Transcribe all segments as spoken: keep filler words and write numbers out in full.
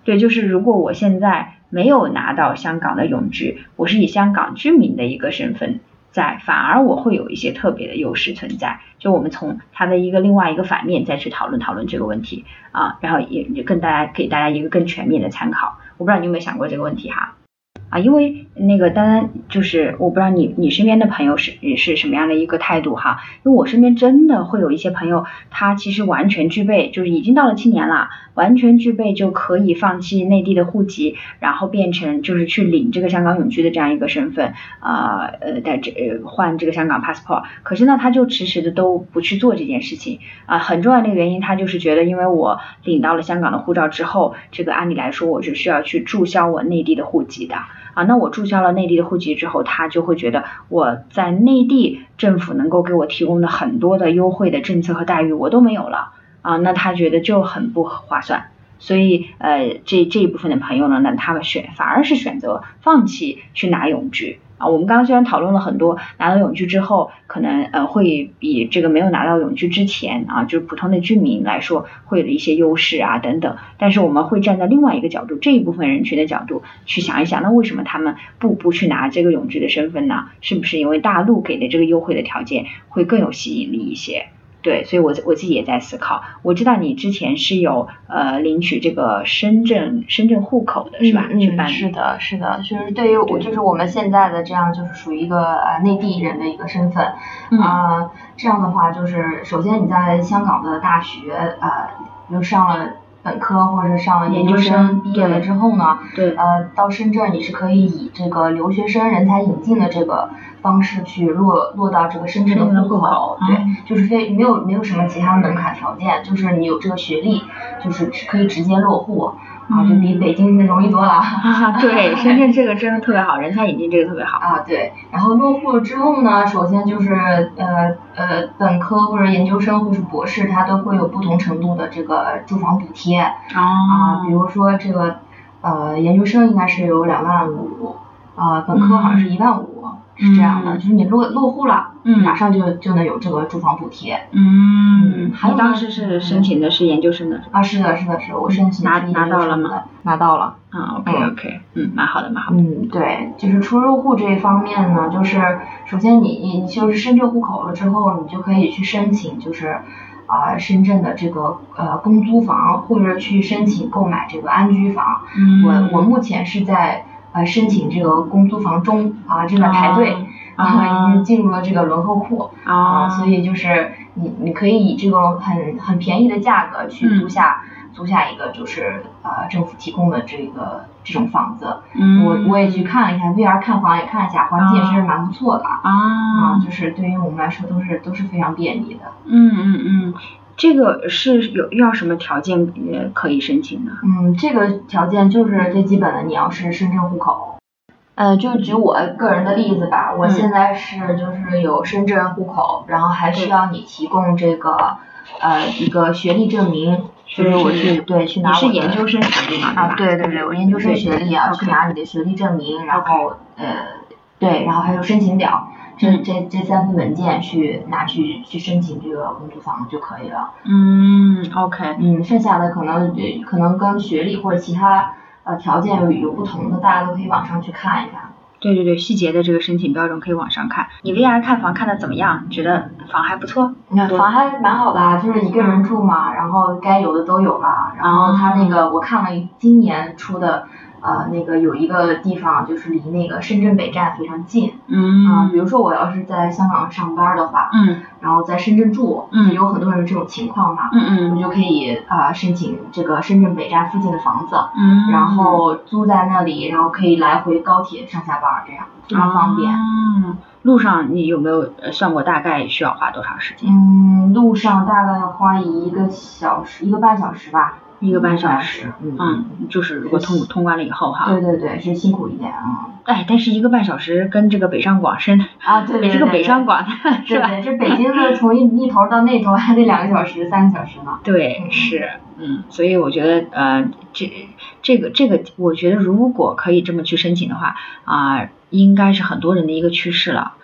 对，就是如果我现在没有拿到香港的永居，我是以香港居民的一个身份在，反而我会有一些特别的优势存在。就我们从它的一个另外一个反面再去讨论讨论这个问题啊，然后也也跟大家给大家一个更全面的参考。我不知道你有没有想过这个问题哈？啊，因为那个当然就是我不知道你你身边的朋友是是什么样的一个态度哈，因为我身边真的会有一些朋友，他其实完全具备，就是已经到了青年了，完全具备就可以放弃内地的户籍，然后变成就是去领这个香港永居的这样一个身份，呃呃在这呃换这个香港 passport， 可是呢他就迟迟的都不去做这件事情啊、呃，很重要的一个原因，他就是觉得因为我领到了香港的护照之后，这个按理来说我是需要去注销我内地的户籍的。啊，那我注销了内地的户籍之后，他就会觉得我在内地政府能够给我提供的很多的优惠的政策和待遇我都没有了啊，那他觉得就很不划算。所以呃这这一部分的朋友呢，那他们选反而是选择放弃去拿永居啊。我们刚刚虽然讨论了很多拿到永居之后可能呃会比这个没有拿到永居之前啊，就是普通的居民来说会有一些优势啊等等，但是我们会站在另外一个角度，这一部分人群的角度去想一想，那为什么他们不不去拿这个永居的身份呢？是不是因为大陆给的这个优惠的条件会更有吸引力一些？对，所以我我自己也在思考。我知道你之前是有呃领取这个深圳深圳户口的是吧？ 嗯， 去办是的，是的，就是对于我就是我们现在的这样就是属于一个呃内地人的一个身份， 嗯、 呃，这样的话就是首先你在香港的大学呃，比如上了本科或者上了研究生毕业了之后呢， 对， 呃，到深圳你是可以以这个留学生人才引进的这个方式去落落到这个深圳的户口，对， 嗯、 就是非没有没有什么其他门槛条件，就是你有这个学历，就是可以直接落户。啊，就比北京那容易多了。 啊，对，深圳这个真的特别好，人才引进这个特别好。 啊，对，然后落户之后呢，首先就是呃呃本科或者研究生或是博士，它都会有不同程度的这个住房补贴。 哦。 啊，比如说这个呃研究生应该是有两万五，啊本科好像是一万五。是这样的， 嗯、 就是你落落户了， 嗯， 马上就就能有这个住房补贴。 嗯，还有当时是申请的是研究生的啊，是的，是的，是我申请拿拿到了吗？ 拿到了。 啊 ，OK OK， 嗯，蛮好的，蛮好的。 嗯，对，就是出入户这一方面呢，就是首先你你就是深圳户口了之后，你就可以去申请，就是啊、呃、深圳的这个呃公租房，或者去申请购买这个安居房。 嗯， 我我目前是在呃申请这个公租房中啊正在排队，然后、啊、已经进入了这个轮候库啊、呃，所以就是你你可以以这个很很便宜的价格去租下。嗯租下一个就是呃政府提供的这个这种房子， 嗯， 我我也去看了一下 V R 看房也看了一下，环境也是蛮不错的啊，啊、就是对于我们来说都是都是非常便利的。 嗯嗯嗯，这个是有要什么条件呃可以申请的？ 嗯，这个条件就是最基本的，你要是深圳户口。呃，就举我个人的例子吧，我现在是就是有深圳户口，然后还需要你提供这个呃一个学历证明。就是我去对去拿我的。 你是研究生学历嘛？ 啊，对对对，我研究生学历啊，去拿你的学历证明，然后呃对，然后还有申请表，这这这三份文件去拿去去申请这个公租房就可以了。 嗯 ，OK。 嗯，剩下的可能可能跟学历或者其他呃条件有有不同的，大家都可以网上去看一看。 对对对，细节的这个申请标准可以网上看。你 V R 看房看的怎么样？觉得房还不错？ 那房还蛮好的，就是一个人住嘛，然后该有的都有了。然后他那个我看了今年出的，呃，那个有一个地方就是离那个深圳北站非常近。 嗯。 啊、呃，比如说我要是在香港上班的话， 嗯， 然后在深圳住， 嗯， 有很多人这种情况嘛， 嗯嗯， 我就可以啊、呃、申请这个深圳北站附近的房子， 嗯， 然后租在那里，然后可以来回高铁上下班，这样非常方便。 嗯，路上你有没有算过大概需要花多长时间？ 嗯，路上大概要花一个小时，一个半小时吧。 一个半小时， 嗯， 嗯，就是如果通通关了以后哈。 对对对，是辛苦一点啊。 哎，但是一个半小时跟这个北上广深啊，对对对， 也是个北上广是吧？ 对对，这北京的从一一头到那头还得两个小时、三个小时呢。 对，是，嗯，所以我觉得呃，这这个这个，我觉得如果可以这么去申请的话啊、呃，应该是很多人的一个趋势了。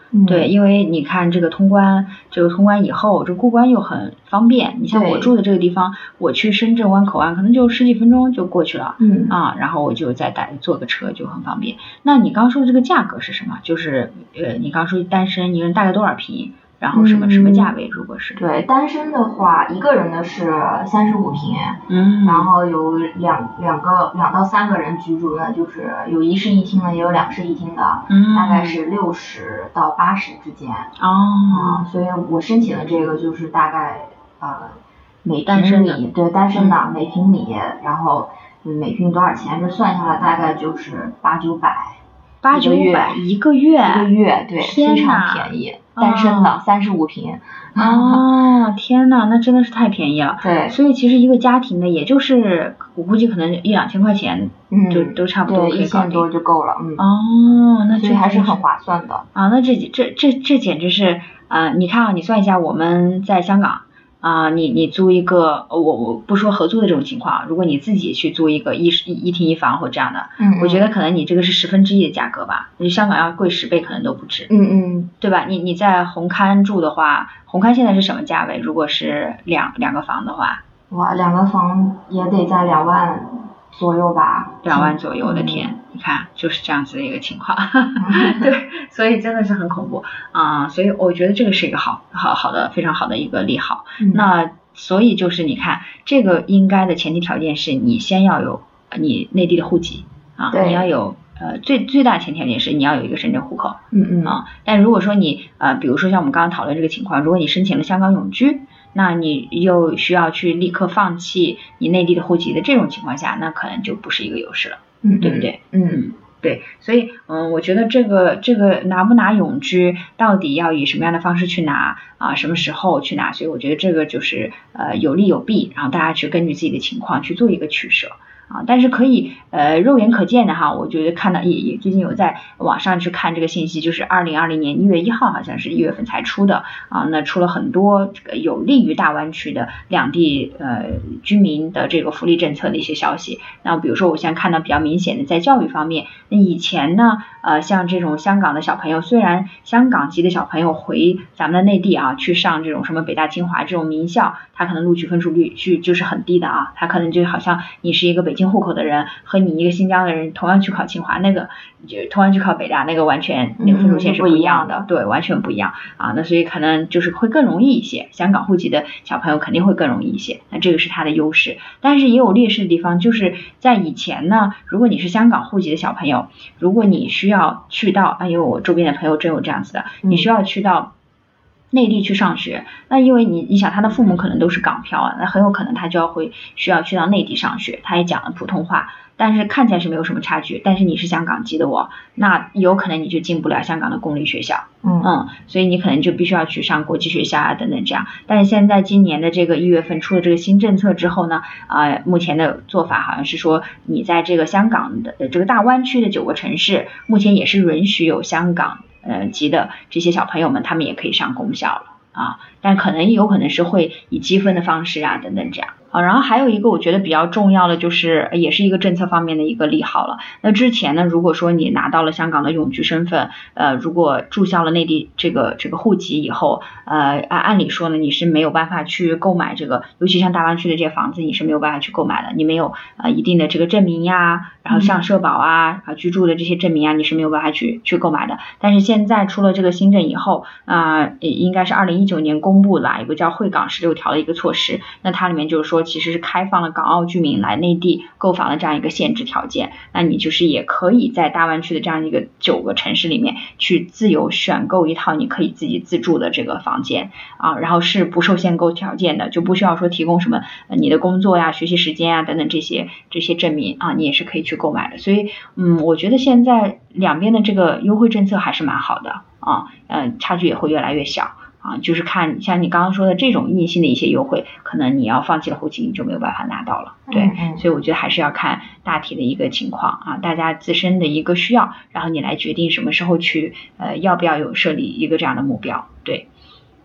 嗯、 对，因为你看这个通关，这个通关以后，这过关又很方便。你像我住的这个地方，我去深圳湾口岸可能就十几分钟就过去了， 嗯啊，然后我就再打坐个车就很方便。那你刚说的这个价格是什么？就是呃，你刚说单身一个人大概多少平？然后什么、嗯、什么价位？如果是对单身的话，一个人的是三十五平， 嗯， 然后有两两个两到三个人居住的，就是有一室一厅的，也有两室一厅的， 嗯， 大概是六十到八十之间。 哦， 啊，所以我申请的这个就是大概呃每平米对单身的、嗯、每平米，然后每平多少钱？这算下来大概就是八九百。 八九百一个月， 一个月，对，非常便宜，单身的三十五平。 哦，天哪，那真的是太便宜了。 对， 所以其实一个家庭的，也就是我估计可能一两千块钱， 嗯， 就都差不多可以搞定， 一千多就够了，嗯。 哦，那这还是很划算的。 啊，那这这这这简直是啊、呃！你看啊，你算一下，我们在香港。啊、呃，你你租一个，我我不说合租的这种情况，如果你自己去租一个一一一厅一房或这样的， 嗯， 我觉得可能你这个是十分之一的价格吧，你香港要贵十倍可能都不止， 嗯嗯， 对吧？你你在红磡住的话，红磡现在是什么价位？如果是两两个房的话， 哇，两个房也得在两万左右吧， 两万左右，我的天，嗯、你看就是这样子的一个情况，对，所以真的是很恐怖啊、呃，所以我觉得这个是一个好好好的非常好的一个利好， 嗯、 那所以就是你看这个应该的前提条件是你先要有你内地的户籍啊，你要有呃最最大的前提条件是你要有一个深圳户口， 嗯嗯啊，但如果说你呃比如说像我们刚刚讨论这个情况，如果你申请了香港永居。那你又需要去立刻放弃你内地的户籍的这种情况下，那可能就不是一个优势了， 嗯， 对不对？ 嗯， 嗯对，所以嗯，我觉得这个这个拿不拿永居，到底要以什么样的方式去拿啊，什么时候去拿，所以我觉得这个就是呃有利有弊，然后大家去根据自己的情况去做一个取舍。啊，但是可以呃肉眼可见的哈，我觉得看到也也最近有在网上去看这个信息，就是二零二零年一月一号好像是一月份才出的啊，那出了很多这个有利于大湾区的两地呃居民的这个福利政策的一些消息。那比如说我现在看到比较明显的在教育方面，那以前呢呃像这种香港的小朋友，虽然香港籍的小朋友回咱们的内地啊去上这种什么北大清华这种名校，他可能录取分数率是就是很低的啊，他可能就好像你是一个北京户口的人和你一个新疆的人同样去考清华，那个就同样去考北大，那个完全那个分数线是不一样的， 嗯、 对，完全不一样啊。那所以可能就是会更容易一些，香港户籍的小朋友肯定会更容易一些，那这个是他的优势。但是也有劣势的地方，就是在以前呢，如果你是香港户籍的小朋友，如果你需要去到，哎呦，我周边的朋友真有这样子的，你需要去到。内地去上学，那因为你你想他的父母可能都是港漂啊，那很有可能他就要会需要去到内地上学，他也讲了普通话，但是看起来是没有什么差距，但是你是香港籍的我，那有可能你就进不了香港的公立学校， 嗯嗯，所以你可能就必须要去上国际学校啊等等这样。但是现在今年的这个一月份出了这个新政策之后呢，啊、呃，目前的做法好像是说，你在这个香港的这个大湾区的九个城市，目前也是允许有香港。呃，级的这些小朋友们，他们也可以上公校了啊，但可能有可能是会以积分的方式啊，等等这样。啊，然后还有一个我觉得比较重要的就是，也是一个政策方面的一个利好了。那之前呢，如果说你拿到了香港的永居身份，呃，如果注销了内地这个这个户籍以后，呃，按按理说呢，你是没有办法去购买这个，尤其像大湾区的这些房子，你是没有办法去购买的，你没有呃一定的这个证明呀，然后像社保啊，啊居住的这些证明啊，你是没有办法去去购买的。但是现在出了这个新政以后，啊、呃，应该是二零一九年公布了一个叫惠港十六条的一个措施，那它里面就是说。其实是开放了港澳居民来内地购房的这样一个限制条件，那你就是也可以在大湾区的这样一个九个城市里面去自由选购一套你可以自己自住的这个房间啊，然后是不受限购条件的，就不需要说提供什么你的工作呀、学习时间啊等等这些这些证明啊，你也是可以去购买的。所以嗯，我觉得现在两边的这个优惠政策还是蛮好的啊，嗯，差距也会越来越小。啊，就是看像你刚刚说的这种硬性的一些优惠，可能你要放弃了户籍，你就没有办法拿到了。对， 嗯嗯所以我觉得还是要看大体的一个情况啊，大家自身的一个需要，然后你来决定什么时候去呃要不要有设立一个这样的目标。对。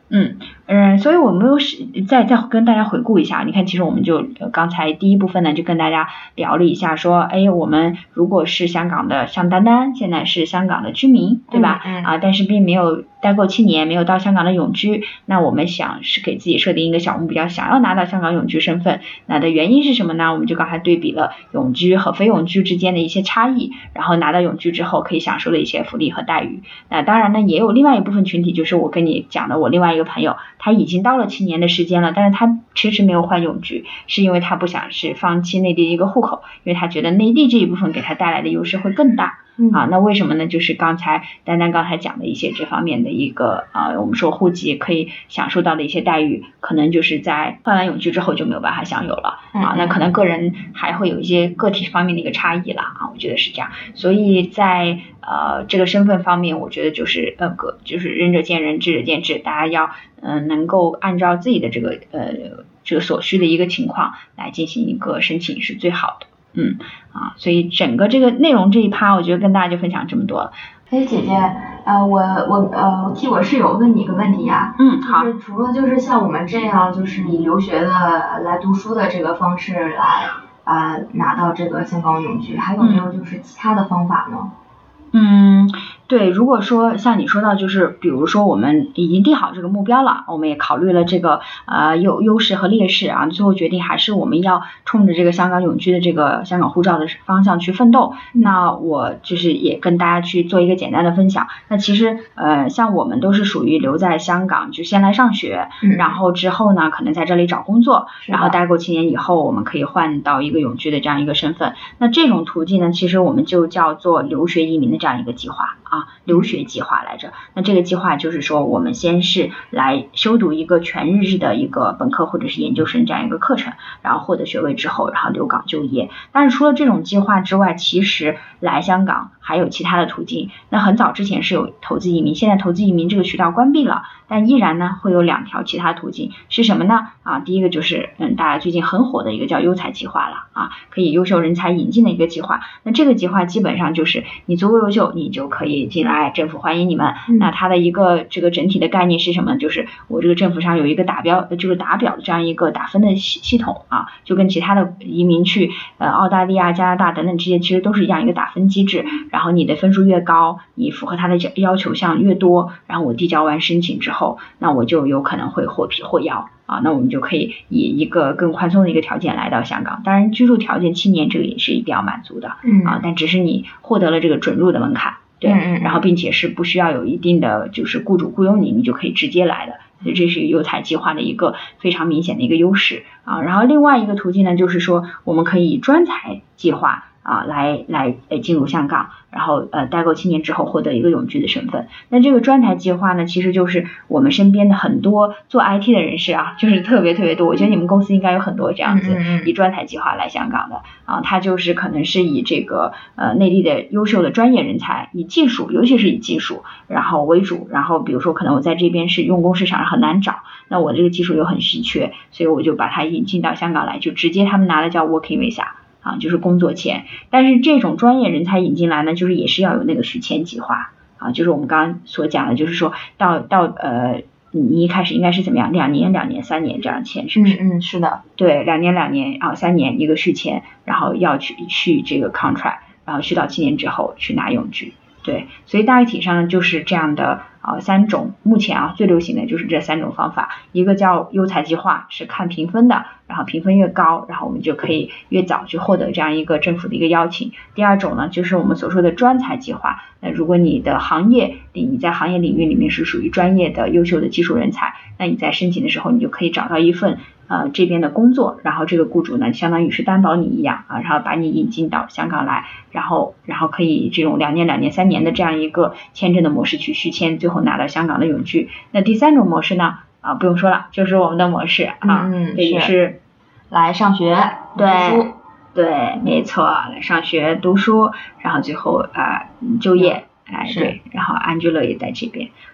嗯嗯，所以我们又是再再跟大家回顾一下，你看，其实我们就刚才第一部分呢，就跟大家聊了一下，说，哎，我们如果是香港的，像丹丹现在是香港的居民，对吧？ 嗯嗯、 啊，但是并没有待够七年，没有到香港的永居，那我们想是给自己设定一个小目标，想要拿到香港永居身份，那的原因是什么呢？我们就刚才对比了永居和非永居之间的一些差异，然后拿到永居之后可以享受的一些福利和待遇。那当然呢，也有另外一部分群体，就是我跟你讲的，我另外一个朋友，他已经到了七年的时间了，但是他迟迟没有换永居，是因为他不想是放弃内地的一个户口，因为他觉得内地这一部分给他带来的优势会更大。 嗯、 啊，那为什么呢？就是刚才丹丹刚才讲的一些这方面的一个呃，我们说户籍可以享受到的一些待遇，可能就是在换完永居之后就没有办法享有了啊。那可能个人还会有一些个体方面的一个差异了啊，我觉得是这样。所以在呃这个身份方面，我觉得就是呃个就是仁者见仁，智者见智，大家要嗯、呃、能够按照自己的这个呃这个所需的一个情况来进行一个申请是最好的。嗯啊，所以整个这个内容这一趴，我觉得跟大家就分享这么多了。 哎，姐姐，呃，我我呃替我室友问你一个问题呀、啊。 嗯，好。 就是除了就是像我们这样，就是以留学的来读书的这个方式来呃拿到这个香港永居，还有没有就是其他的方法呢？ 嗯，对，如果说像你说到，就是比如说我们已经定好这个目标了，我们也考虑了这个呃优优势和劣势啊，最后决定还是我们要冲着这个香港永居的这个香港护照的方向去奋斗。 嗯、 那我就是也跟大家去做一个简单的分享。那其实呃像我们都是属于留在香港，就先来上学， 嗯、 然后之后呢可能在这里找工作，然后待够七年以后，我们可以换到一个永居的这样一个身份。那这种途径呢，其实我们就叫做留学移民的这样一个计划啊，留学计划来着。那这个计划就是说，我们先是来修读一个全日制的一个本科或者是研究生这样一个课程，然后获得学位之后，然后留港就业。但是除了这种计划之外，其实来香港还有其他的途径。那很早之前是有投资移民，现在投资移民这个渠道关闭了，但依然呢会有两条其他途径，是什么呢？啊，第一个就是嗯大家最近很火的一个叫优才计划了啊，可以优秀人才引进的一个计划。那这个计划基本上就是你足够优秀，你就可以进来，政府欢迎你们。 嗯、 那它的一个这个整体的概念是什么？就是我这个政府上有一个打标，就是打表的这样一个打分的系系统啊，就跟其他的移民去呃澳大利亚、加拿大等等这些其实都是一样一个打分机制。然后你的分数越高，你符合它的要求项越多，然后我递交完申请之后，那我就有可能会获批获邀啊，那我们就可以以一个更宽松的一个条件来到香港。当然居住条件七年这个也是一定要满足的， 嗯啊，但只是你获得了这个准入的门槛，对， 嗯嗯然后并且是不需要有一定的就是雇主雇佣你，你就可以直接来的。所以这是优才计划的一个非常明显的一个优势啊。然后另外一个途径呢，就是说我们可以以专才计划啊来来来进入香港，然后呃待够七年之后获得一个永居的身份。那这个专才计划呢，其实就是我们身边的很多做 I T 的人士啊，就是特别特别多。我觉得你们公司应该有很多这样子嗯嗯以专才计划来香港的啊，他就是可能是以这个呃内地的优秀的专业人才，以技术，尤其是以技术然后为主。然后比如说可能我在这边是用工市场上很难找，那我这个技术又很稀缺，所以我就把它引进到香港来，就直接他们拿的叫 working visa。啊，就是工作签。但是这种专业人才引进来呢，就是也是要有那个续签计划啊，就是我们刚刚所讲的，就是说到到呃，你一开始应该是怎么样，两年、两年、三年这样签，是不是？ 嗯嗯，是的。 对，两年、两年啊，三年一个续签，然后要去续这个 contract， 然后续到七年之后去拿永居。对，所以大体上呢就是这样的啊三种，目前啊最流行的就是这三种方法，一个叫优才计划，是看评分的，然后评分越高，然后我们就可以越早去获得这样一个政府的一个邀请。第二种呢就是我们所说的专才计划，那如果你的行业你在行业领域里面是属于专业的优秀的技术人才，那你在申请的时候你就可以找到一份呃这边的工作，然后这个雇主呢相当于是担保你一样啊，然后把你引进到香港来，然后然后可以这种两年、两年、三年的这样一个签证的模式去续签，最后拿到香港的永居。那第三种模式呢啊不用说了，就是我们的模式啊， 嗯， 这也是来上学对读书， 对，没错，来上学读书，然后最后啊、呃、就业，哎对，然后安居乐业在这边，嗯。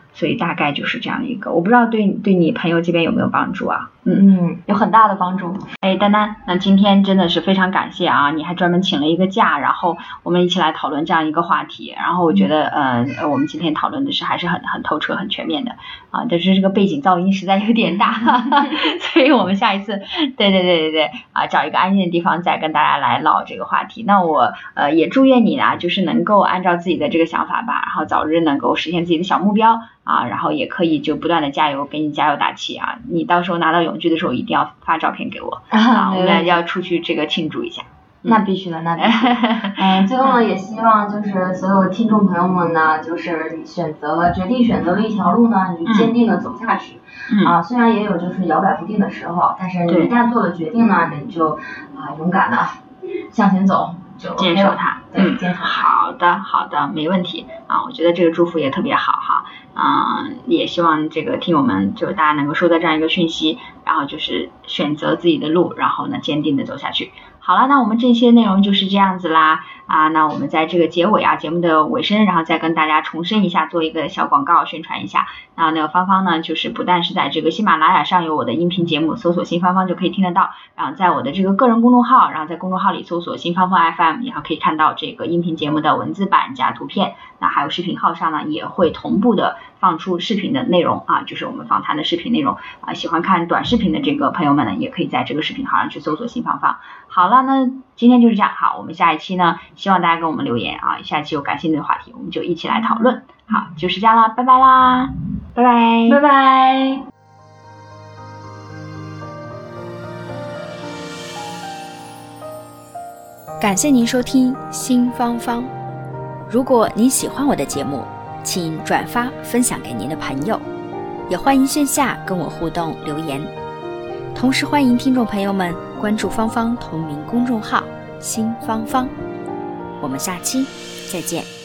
所以大概就是这样的一个，我不知道对对你朋友这边有没有帮助啊？ 嗯嗯，有很大的帮助。 哎，丹丹，那今天真的是非常感谢啊，你还专门请了一个假，然后我们一起来讨论这样一个话题，然后我觉得呃我们今天讨论的是还是很很透彻很全面的啊，但是这个背景噪音实在有点大，哈哈，所以我们下一次对对对对对啊找一个安静的地方再跟大家来唠这个话题。那我呃也祝愿你啊，就是能够按照自己的这个想法吧，然后早日能够实现自己的小目标啊，然后也可以就不断的加油，给你加油打气啊，你到时候拿到永居的时候一定要发照片给我啊，我们要出去这个庆祝一下。 那必须的，那必须的。嗯，最后呢，也希望就是所有听众朋友们呢，就是你选择了决定选择了一条路呢，你就坚定的走下去。嗯。啊，虽然也有就是摇摆不定的时候，但是你一旦做了决定呢，你就啊勇敢的向前走。 坚守它， 对，坚守它。 好的，好的，没问题啊！我觉得这个祝福也特别好哈，嗯，也希望这个听友们就大家能够收到这样一个讯息，然后就是选择自己的路，然后呢坚定的走下去。好了，那我们这些内容就是这样子啦啊，那我们在这个结尾啊，节目的尾声，然后再跟大家重申一下，做一个小广告宣传一下。那那个芳芳呢，就是不但是在这个喜马拉雅上有我的音频节目，搜索新芳芳就可以听得到，然后在我的这个个人公众号，然后在公众号里搜索新芳芳 F M， 然后可以看到这个音频节目的文字版加图片。那还有视频号上呢，也会同步的放出视频的内容啊，就是我们访谈的视频内容啊。喜欢看短视频的这个朋友们呢，也可以在这个视频号上去搜索新芳芳。好了，那今天就是这样，好，我们下一期呢，希望大家跟我们留言啊，下一期有感兴趣的话题，我们就一起来讨论。好，就是这样啦，拜拜啦，拜拜， 拜拜。 感谢您收听新芳芳。如果您喜欢我的节目，请转发分享给您的朋友，也欢迎线下跟我互动留言。同时欢迎听众朋友们关注芳芳同名公众号新芳芳。我们下期再见。